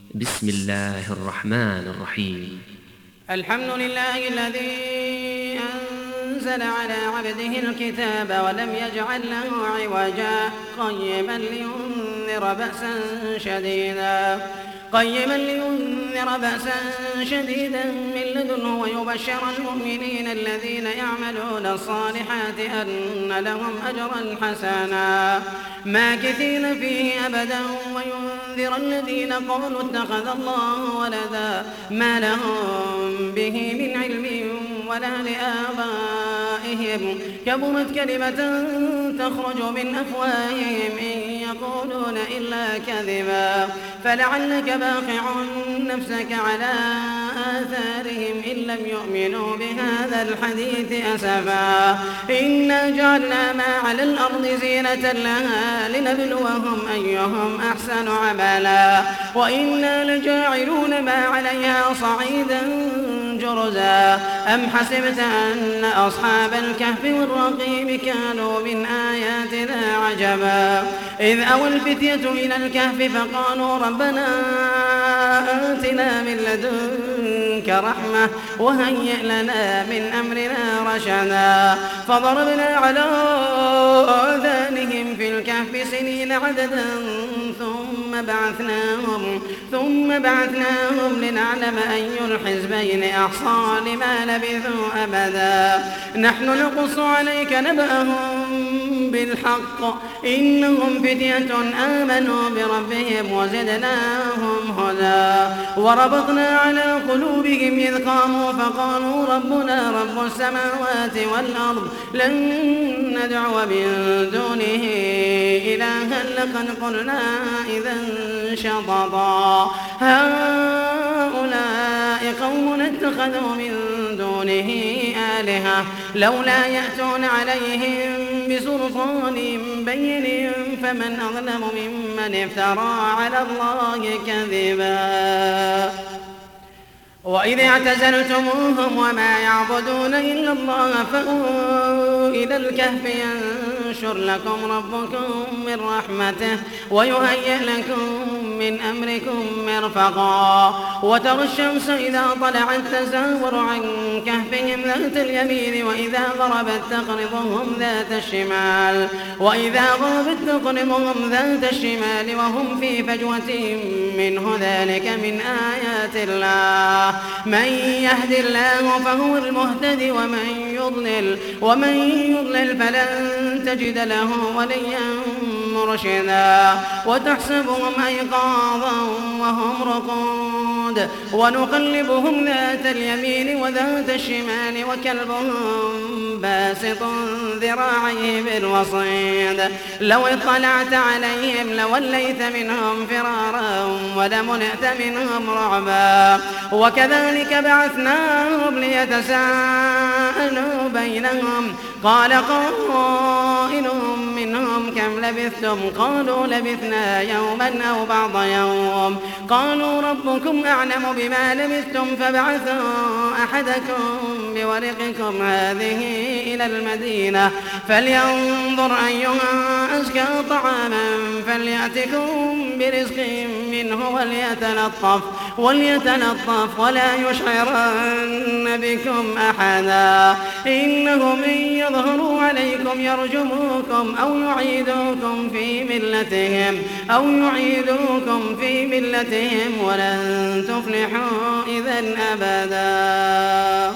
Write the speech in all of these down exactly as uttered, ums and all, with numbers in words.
بسم الله الرحمن الرحيم. الحمد لله الذي أنزل على عبده الكتاب ولم يجعل له عوجا قيما لينذر بأسا شديدا قيما لينذر بأسا شديدا من لدنه ويبشر المؤمنين الذين يعملون الصالحات أن لهم أجرا حسنا ماكثين فيه أبدا وينذر الذين قالوا اتخذ الله ولدا ما لهم به من علم ولا لآبائهم كبرت كلمة تخرج من أفواههم إن يقولون إلا كذبا فلعلك باخع نفسك على آثارهم إن لم يؤمنوا بهذا الحديث أسفا إنا جعلنا ما على الأرض زينة لها لنبلوهم أيهم أحسن عملا وإنا لجاعلون ما عليها صعيدا جرزا أم حسبت أن أصحاب الكهف والرقيم كانوا من آياتنا عجبا إذ أوى الفتية إلى الكهف فقالوا ربنا آتنا من لدنك رحمة وهيئ لنا من أمرنا رشدا فضربنا على آذانهم في الكهف سنين عددا ثم بعثناهم ثم بعثناهم لنعلم أي الحزبين أحصى لما لبثوا أبدا نحن نقص عليك نبأهم بالحق إنهم فتية آمنوا بربهم وزدناهم هدى وربطنا على قلوبهم إذ قاموا فقالوا ربنا رب السماوات والأرض لن ندعو من دونه إلها لقد قلنا إذا شططا هؤلاء قوم اتخذوا من دونه آلهة لولا يأتون عليهم بسلطان بين فمن أظلم ممن افترى على الله كذبا وإذ اعتزلتموهم وما يعبدون إلا الله فأووا إلى الكهف ينشر لكم ربكم من رحمته ويهيئ لكم من أمركم مرفقا وترى الشمس إذا طلعت تزاور عن كهفهم ذات اليمين وإذا غربت تقرضهم ذات الشمال وإذا غربت تقرضهم ذات الشمال وهم في فجوة منه ذلك من آيات الله من يهد الله فهو المهتدي ومن يضلل ومن يضلل فلن تجد له وليا مرشدا وتحسبهم أيقاظا وهم رقود ونقلبهم ذات اليمين وذات الشمال وكلبهم باسط ذراعيه بالوصيد لو اطلعت عليهم لوليت منهم فرارا ولملئت منهم رعبا وكذلك بعثناهم ليتساءلوا بينهم قال قائل منهم كم لبثتم قالوا لبثنا يوما أو بعض يوم قالوا ربكم أعلم بما لبثتم فابعثوا أحدكم بورقكم هذه إلى المدينة فلينظر أيها أزكى طعاما فليأتكم برزق منه وليتلطف وليتلطف ولا يشعرن بكم أحدا إنهم إن يظهروا عليكم يرجموكم أو يعيدوكم في ملتهم أو يعيدوكم في ملتهم ولن تفلحوا إذا أبدا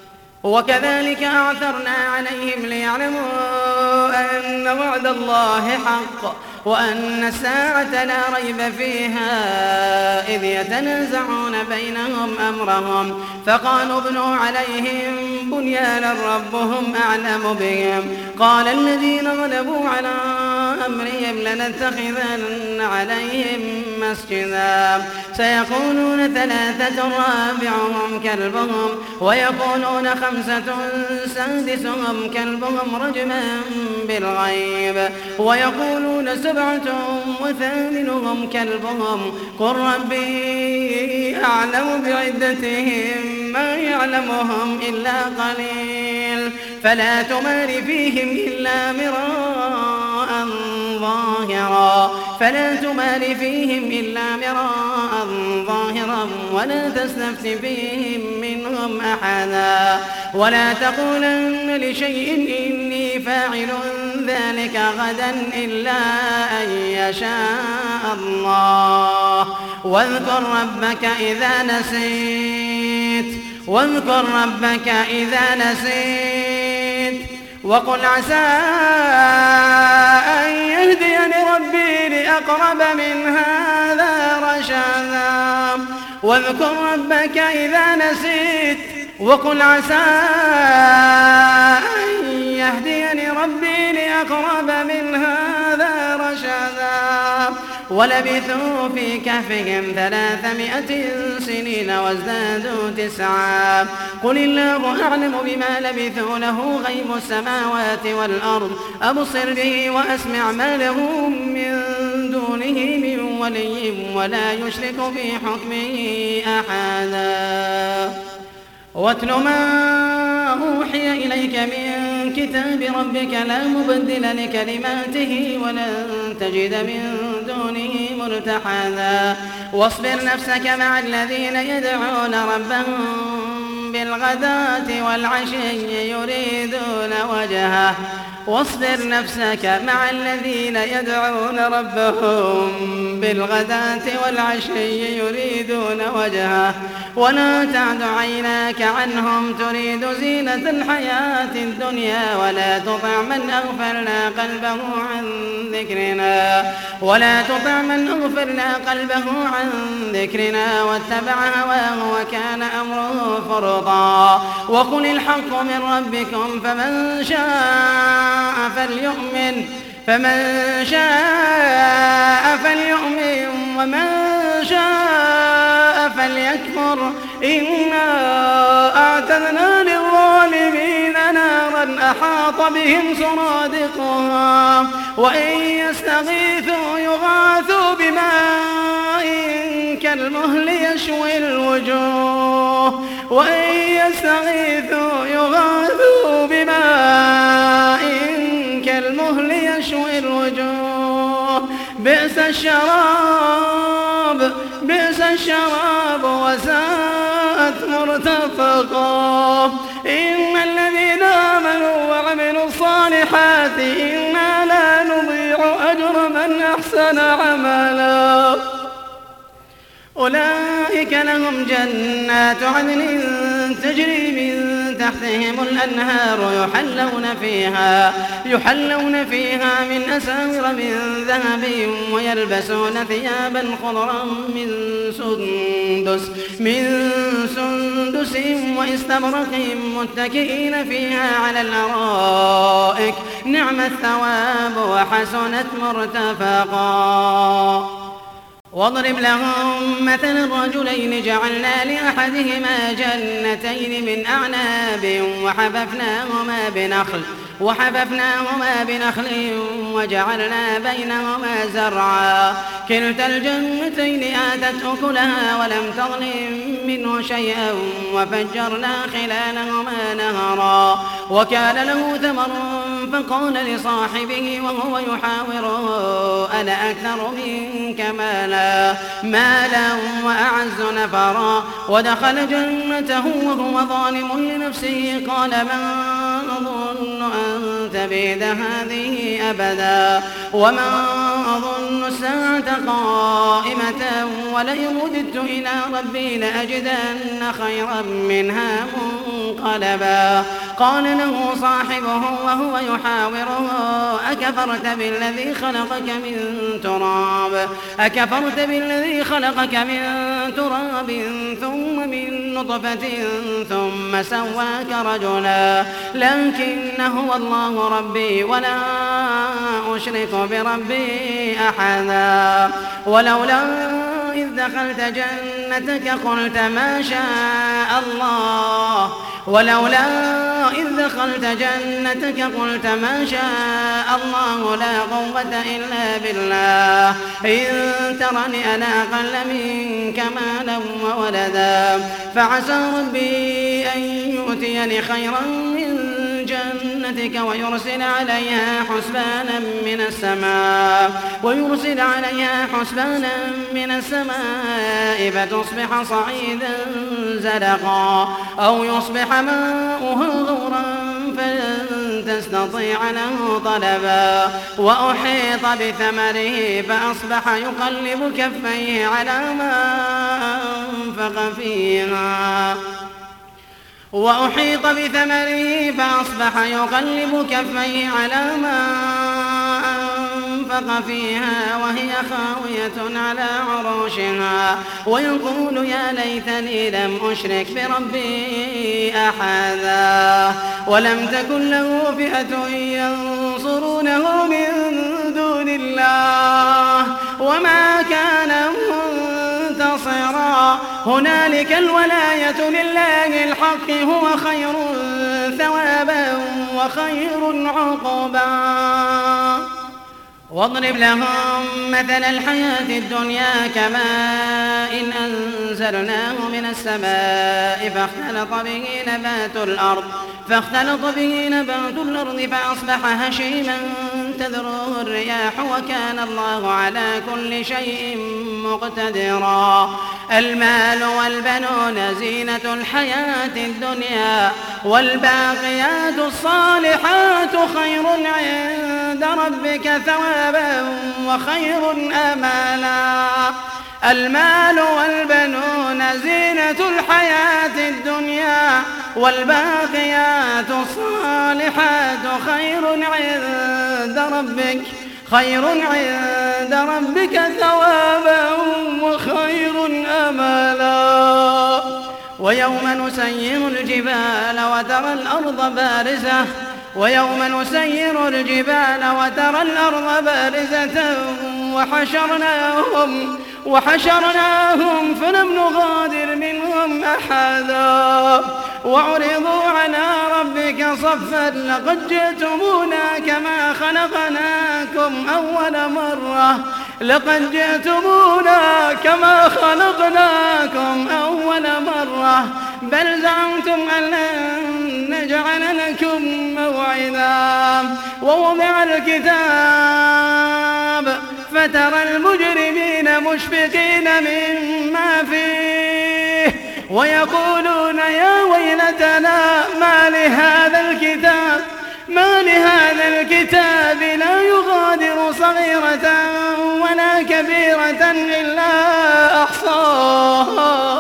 وكذلك أعثرنا عليهم ليعلموا أن وعد الله حق وأن الساعة لا ريب فيها إذ يتنازعون بينهم أمرهم فقالوا ابنوا عليهم بنيانا ربهم أعلم بهم قال الذين غلبوا على أمرهم لنتخذن عليهم مسجدا سيقولون ثلاثة رابعهم كلبهم ويقولون خمسة سادسهم كلبهم رجما بالغيب ويقولون سبعة وثامنهم كلبهم قل ربي أعلم بعدتهم ما يعلمهم إلا قليل فلا تمار فيهم إلا مراء ظاهرا فلا تمار فيهم إلا مراء كثيرا ولا تستفت فيهم منهم أحدا ولا تقولن لشيء إني فاعل ذلك غدا إلا أن يشاء الله واذكر ربك إذا نسيت واذكر ربك إذا نسيت وقل عسى أن يهديني ربي لأقرب من هذا رشدا واذكر ربك إذا نسيت وقل عسى أن يهديني ربي لأقرب من هذا رشدا ولبثوا في كهفهم ثلاثمائة سنين وازدادوا تسعا قل الله أعلم بما لبثوا له غيب السماوات والأرض أبصر به وأسمع ما له من دونه من ولي ولا يشرك في حكمه أحدا واتل ما أوحي إليك من كتاب ربك لا مبدل لكلماته ولن تجد من دونه ملتحدا واصبر نفسك مع الذين يدعون ربهم بالغداة والعشي يريدون وجهه واصبر نفسك مع الذين يدعون ربهم بالغداة والعشي يريدون وجهه ولا تعد عيناك عنهم تريد زينة الحياة الدنيا ولا تطع من أغفلنا قلبه عن ذكرنا ولا تطع من أغفلنا قلبه عن ذكرنا واتبع هواه وكان أمره فرطا وقل الحق من ربكم فمن شاء فليؤمن فمن شاء فليؤمن ومن شاء فليكفر إنا أعتدنا للظالمين نارا أحاط بهم سرادقها وإن يستغيثوا يغاثوا بماء كالمهل يشوي الوجوه وإن يستغيثوا يغاثوا بماء كالمهل يشوي الوجوه بئس الشراب بئس الشراب وساءت مرتفقا إن الذين آمنوا وعملوا الصالحات إنا لا نضيع أجر من أحسن عملا أولئك لهم جنات عدن تجري من تحتهم الأنهار يحلون فيها يحلون فيها من أساور من ذهب ويلبسون ثيابا خضرا من سندس من سندس واستبرق متكئين فيها على الأرائك نعم الثواب وحسنت مرتفقا واضرب لهم مثل الرجلين جعلنا لأحدهما جنتين من أعناب وحففناهما بنخل وحففناهما بنخل وجعلنا بينهما زرعا كلتا الجنتين آتت أكلها ولم تظلم منه شيئا وفجرنا خلالهما نهرا وكان له ثمر فقال لصاحبه وهو يحاوره أنا أكثر منك مالا مالا وأعز نفرا ودخل جنته وهو ظالم لنفسه قال من أظن أن تبيد هذه أبدا وما أظن الساعة قائمة ولئن رددت إلى ربي لأجدن خيرا منها منقلبا قال له صاحبه وهو يحاوره أكفرت بالذي خلقك من تراب أكفرت بالذي خلقك من تراب ثم من نطفة ثم سواك رجلا لكن هو الله ربي ولا أشرك بربي أحدا ولولا إذ دخلت جنتك قلت ما شاء الله ولولا إذ دخلت جنتك قلت ما شاء الله لا قوة إلا بالله إن ترني أنا أقل منك مالا وولدا فعسى ربي أن يؤتيني خيرا من جنتك جنتك ويرسل عليها حسبانا من السماء ويرسل عليها حسبانا من السماء فتصبح صعيدا زلقا أو يصبح ماؤها غورا فلن تستطيع له طلبا وأحيط بثمره فأصبح يقلب كفيه على ما أنفق فيها وأحيط بثمره فأصبح يقلب كفيه على ما أنفق فيها وهي خاوية على عروشها ويقول يا ليتني لم أشرك بربي أحدا ولم تكن له فئة ينصرونه من دون الله وما كان منتصرا هنالك الولاية لله الحق هو خير ثوابا وخير عقبا واضرب لهم مثل الحياة الدنيا كماء إن أنزلناه من السماء فاختلط به نبات الأرض فاختلط به نبات الأرض فأصبح هشيما تذروه الرياح وكان الله على كل شيء مقتدرا المال والبنون زينة الحياة الدنيا والباقيات الصالحات خير عند ربك ثوابا وخير أمالا المال والبنون زينة الحياة الدنيا والباقيات الصالحات خير عند ربك خير عند ربك ثوابا وخير أمالا ويوم نسير الجبال وترى الأرض بارزة ويوم نسير الجبال وترى الأرض بارزة وحشرناهم وحشرناهم فلم نغادر منهم أحدا وعرضوا على ربك صفا لقد جئتمونا كما خلقناكم أول مرة لقد جئتمونا كما خلقناكم أول مرة بل زعمتم أن لن نجعل لكم موعدا ووضع الكتاب فترى المجرمين مشفقين مما فيه ويقولون يا ويلتنا ما لهذا الكتاب ما لهذا الكتاب لا يغادر صغيرة ولا كبيرة إلا أحصاها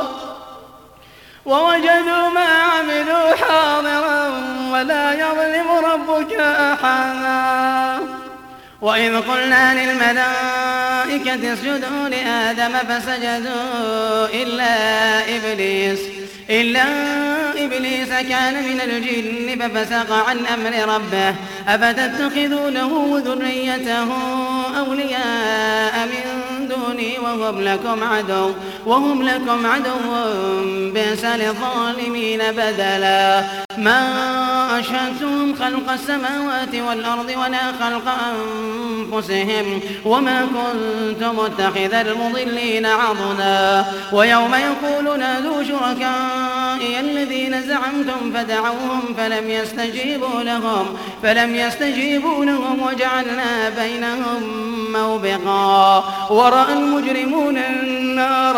ووجدوا ما عملوا حاضرا ولا يظلم ربك أحدا وإذ قلنا للملائكة اسجدوا لآدم فسجدوا إلا إبليس إلا إبليس كان من الجن ففسق عن أمر ربه أفتتخذونه وذريته أولياء من دوني وهم لكم عدو وهم لكم عدو بئس للظالمين بدلا ما أشهدتهم خلق السماوات والأرض ولا خلق أنفسهم وما كنت متخذ المضلين عضدا ويوم يقول نادوا شركائي الذين زعمتم فدعوهم فلم يستجيبوا لهم فلم يستجيبوا لهم وجعلنا بينهم موبقا ورأى المجرمون النار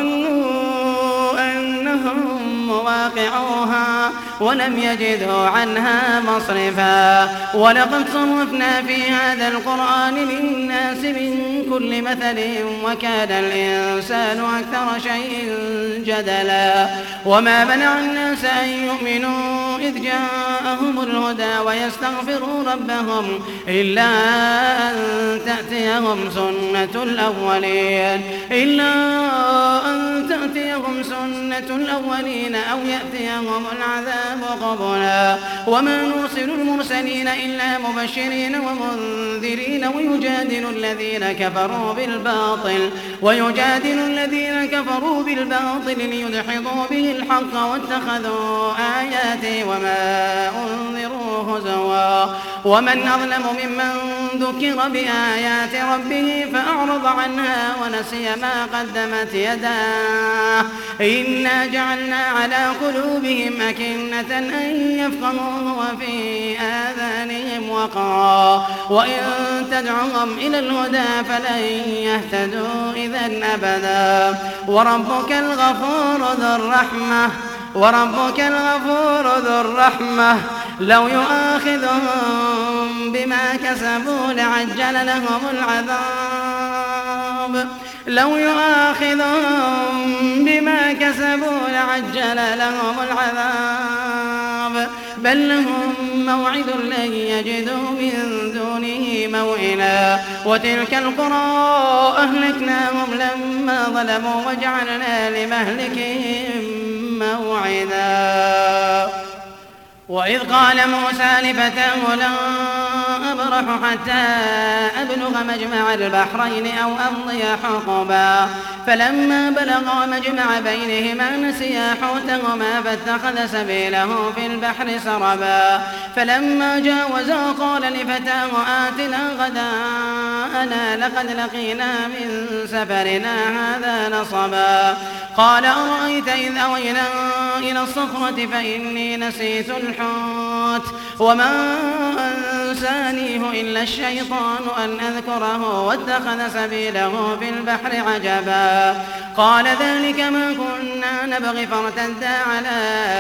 فظنوا أنهم مواقعوها ولم يجدوا عنها مصرفا ولقد صرفنا في هذا القرآن للناس من كل مثل وكان الإنسان أكثر شيء جدلا وما منع الناس أن يؤمنوا إذ جاءهم الهدى ويستغفروا ربهم إلا أن تأتيهم سنة الأولين إلا أن تأتيهم سنة الأولين أو يأتيهم العذاب قبلا وما نرسل المرسلين إلا مبشرين ومنذرين ويجادل الذين كفروا بالباطل ويجادل الذين كفروا بالباطل ليدحضوا به الحق واتخذوا آياتي وما أنذروا هزوا ومن أظلم ممن ذكر بآيات ربه فأعرض عنها ونسي ما قدمت يداه إنا إنا جعلنا على قلوبهم أكنة أن يفقهوه وفي آذانهم وقرا وإن تدعهم إلى الهدى فلن يهتدوا إذا أبدا وربك الغفور ذو الرحمة وربك الغفور ذو الرحمة لو يؤاخذهم بما كسبوا لعجل لهم العذاب لو يؤاخذهم بما كسبوا لعجل لهم العذاب بل لهم موعد لن يجدوا من دونه موئلا وتلك القرى أهلكناهم لما ظلموا وجعلنا لمهلكهم موعدا وإذ قال موسى لفتاه لن أبرح حتى أبلغ مجمع البحرين أو أمضي حقبا فلما بلغا مجمع بينهما نسيا حوتهما فاتخذ سبيله في البحر سربا فلما جاوزا قال لفتاه آتنا غداءنا لقد لقينا من سفرنا هذا نصبا قال أرأيت إذ أوينا إلى الصخرة فإني نسيت الحوت وما أنسانيه إلا الشيطان أن أذكره واتخذ سبيله في البحر عجبا قال ذلك ما كنا نبغي فارتدا على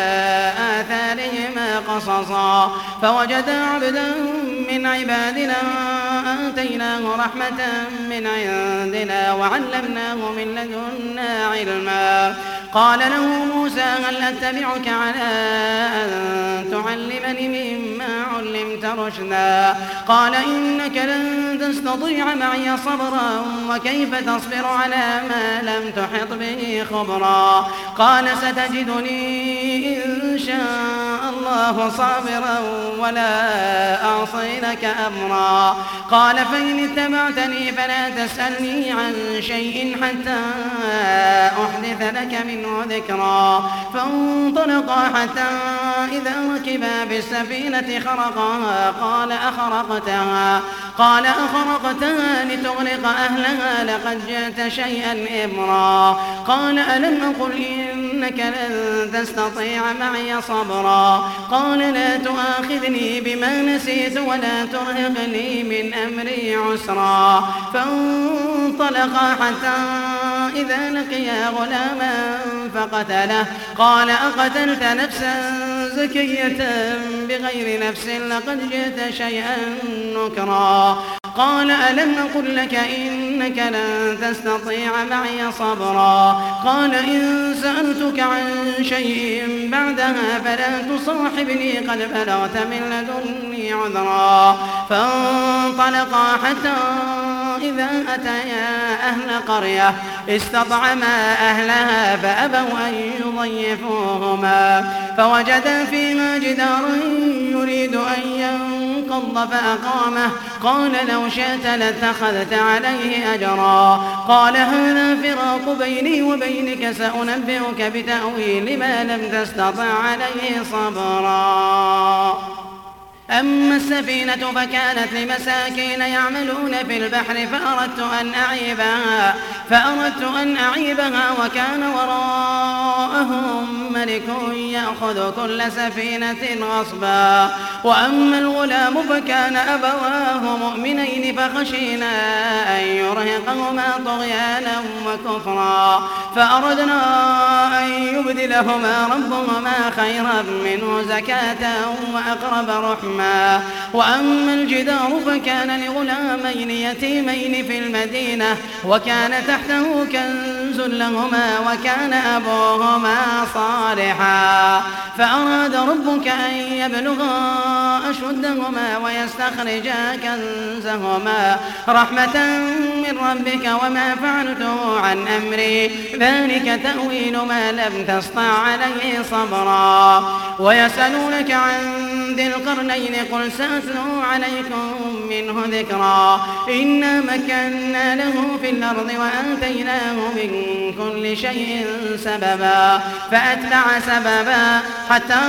آثارهما قصصا فوجدا عبدا من عبادنا آتيناه رحمة من عندنا وعلمناه من لدنا علما قال له موسى هل أتبعك على أن تعلمني مما علمت رشدا قال إنك لن تستطيع معي صبرا وكيف تصبر على ما لم تحط به خبرا قال ستجدني إن شاء الله صابرا ولا أعصي لك أمرا قال فإن اتبعتني فلا تسألني عن شيء حتى أحدث لك منه ذكرا فانطلقا حتى إذا ركبا بالسفينة خرقها قال أخرقتها قال أخرقتها لتغرق أهلها لقد جئت شيئا إمرا قال ألم أقل إنك لن تستطيع معي صبرا قال لا تؤاخذني بما نسيت ولا ترهقني من أمري عسرا فانطلقا حتى إذا لقيا غلاما فقتله قال أقتلت نفسا زكية بغير نفس لقد جئت شيئا نكرا قال ألم أقل لك إنك لن تستطيع معي صبرا قال إن سألتك عن شيء بعدها فلا تصاحبني قد بلغت من لدني عذرا فانطلقا حتى إذا أتيا أهل قرية استطعما أهلها فأبوا أن يضيفوهما فوجدا فيما جدارا يريد أن ينقض فأقامه قال لو شئت لاتخذت عليه أجرا قال هذا فراق بيني وبينك سأنبئك بتأويل ما لم تستطع عليه صبرا أما السفينة فكانت لمساكين يعملون في البحر فأردت أن أعيبها فأردت أن أعيبها وكان وراءهم ملك يأخذ كل سفينة غصبا وأما الغلام فكان أبواه مؤمنين فخشينا أن يرهقهما طغيانا وكفرا فأردنا أن يبدلهما ربهما خيرا منه زكاة وأقرب رحما وأما الجدار فكان لغلامين يتيمين في المدينة وكان تحته كنز لهما وكان أبوهما صالحا فأراد ربك أن يبلغا أشدهما ويستخرجا كنزهما رحمة من ربك وما فعلته عن أمري ذلك تأويل ما لم تسطع عليه صبرا ويسألونك عن ذي القرنين قل سأتلو عليكم منه ذكرا إنا مكنا له في الأرض وآتيناه من كل شيء سببا فأتبع سببا حتى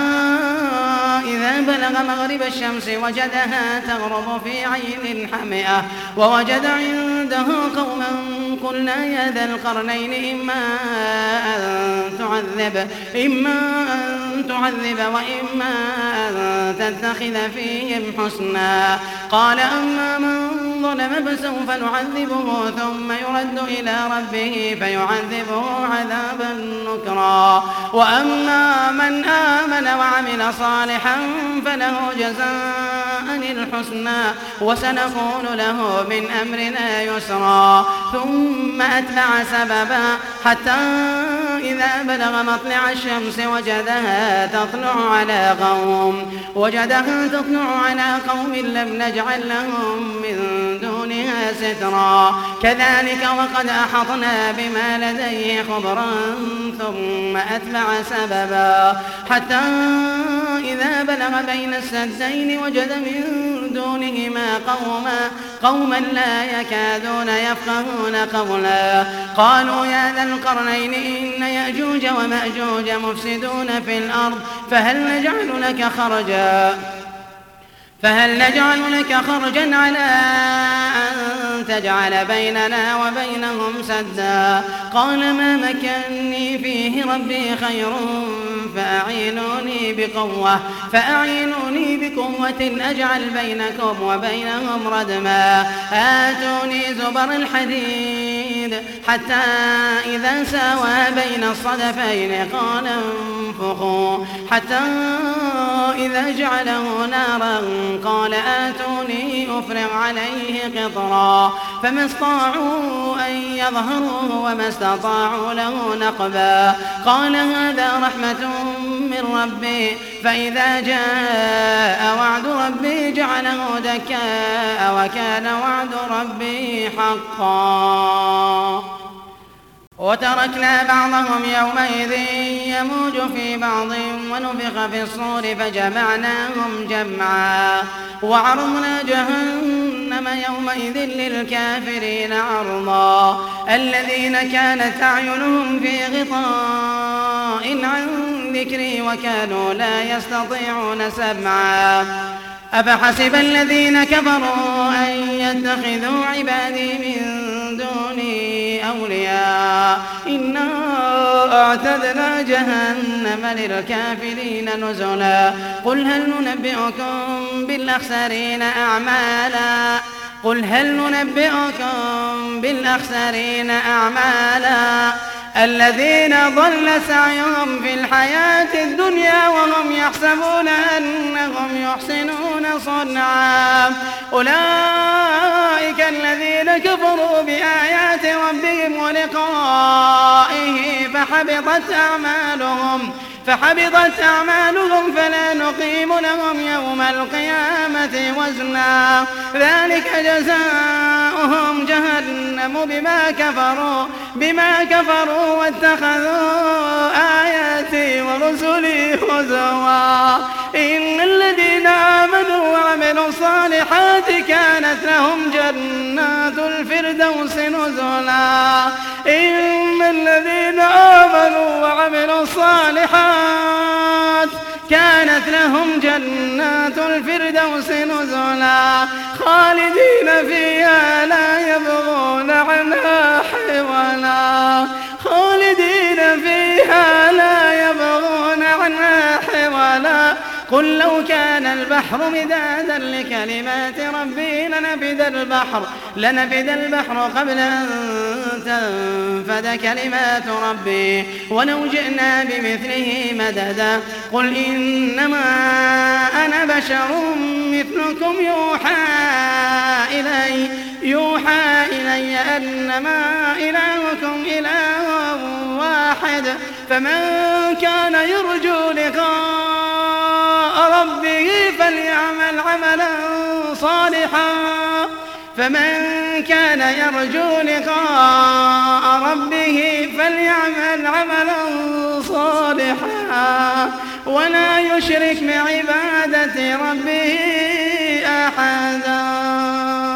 إذا بلغ مغرب الشمس وجدها تغرب في عين حمئة ووجد عنده قوما قلنا يا ذا القرنين إما أن تعذب إما أن تعذب وإما أن تتخذ فيهم حسنا. قال أما من ظلم فسوف نعذبه ثم يرد إلى ربه فيعذبه عذابا نكرا. وأما من آمن وعمل صالحا فله جزاء الحسنى وسنقول له من أمرنا يسرا. ثم أتبع سببا حتى إذا بلغ مطلع الشمس وجدها تطلع على قوم وجدها تطلع على قوم لم نجعل لهم من دونها سترا. كذلك وقد أحطنا بما لديه خبرا ثم أتبع سببا حتى إذا بلغ بين السدين وجد من دونهما قوما قوما لا يكادون يفقهون قولا. قالوا يا ذا القرنين إن يأجوج ومأجوج مفسدون في الأرض فهل نجعل لك خرجا فهل نجعل لك خرجا على أن تجعل بيننا وبينهم سدا. قال ما مكني فيه ربي خير فأعينوني بقوة فأعينوني بقوة أجعل بينكم وبينهم ردما. آتوني زبر الحديد حتى إذا ساوى بين الصدفين قال انفخوا حتى إذا جعله نارا قال آتوني أفرغ عليه قطرا. فما استطاعوا أن يظهروه وما استطاعوا له نقبا. قال هذا رحمة من ربي فإذا جاء وعد ربي جعله دكاء وكان وعد ربي حقا. وتركنا بعضهم يومئذ يموج في بعض ونفخ في الصور فجمعناهم جمعا. وعرضنا جهنم يومئذ للكافرين عرضا. الذين كانت أعينهم في غطاء عن ذكري وكانوا لا يستطيعون سمعا. أفحسب الذين كفروا أن يتخذوا عبادي من دوني أولياء إنا أعتدنا جهنم للكافرين نزلا. قل هل ننبئكم بالأخسرين أعمالا قل هل ننبئكم بالأخسرين أعمالا الذين ضل سعيهم في الحياة الدنيا وهم يحسبون أنهم يحسنون صنعا. أولئك الذين كفروا بآيات ربهم ولقائه فحبطت أعمالهم فحبطت أعمالهم فلا نقيم لهم يوم القيامة وزنا. ذلك جزاؤهم جهنم بما كفروا بما كفروا واتخذوا آياتي ورسلي هزوا. إن الذين آمنوا وعملوا الصالحات كانت لهم جنات الفردوس نزلا. إن الذين آمنوا وعملوا الصالحات كانت لهم جنات الفردوس نزلا خالدين فيها لا يبغون عنها حولا خالدين فيها لا يبغون عنها حولا. قل لو كان البحر مدادا لكلمات ربي لنفد البحر لنفد البحر قبل أن تنفد كلمات ربي ولو جئنا بمثله مددا. قل إنما أنا بشر مثلكم يوحى إلي يوحى إلي أنما إلهكم إله واحد فمن كان يرجو لقاء ربه فليعمل عملا صالحا فمن كان يرجو لقاء ربه فليعمل عملا صالحا ولا يشرك بعبادة ربه أحدا.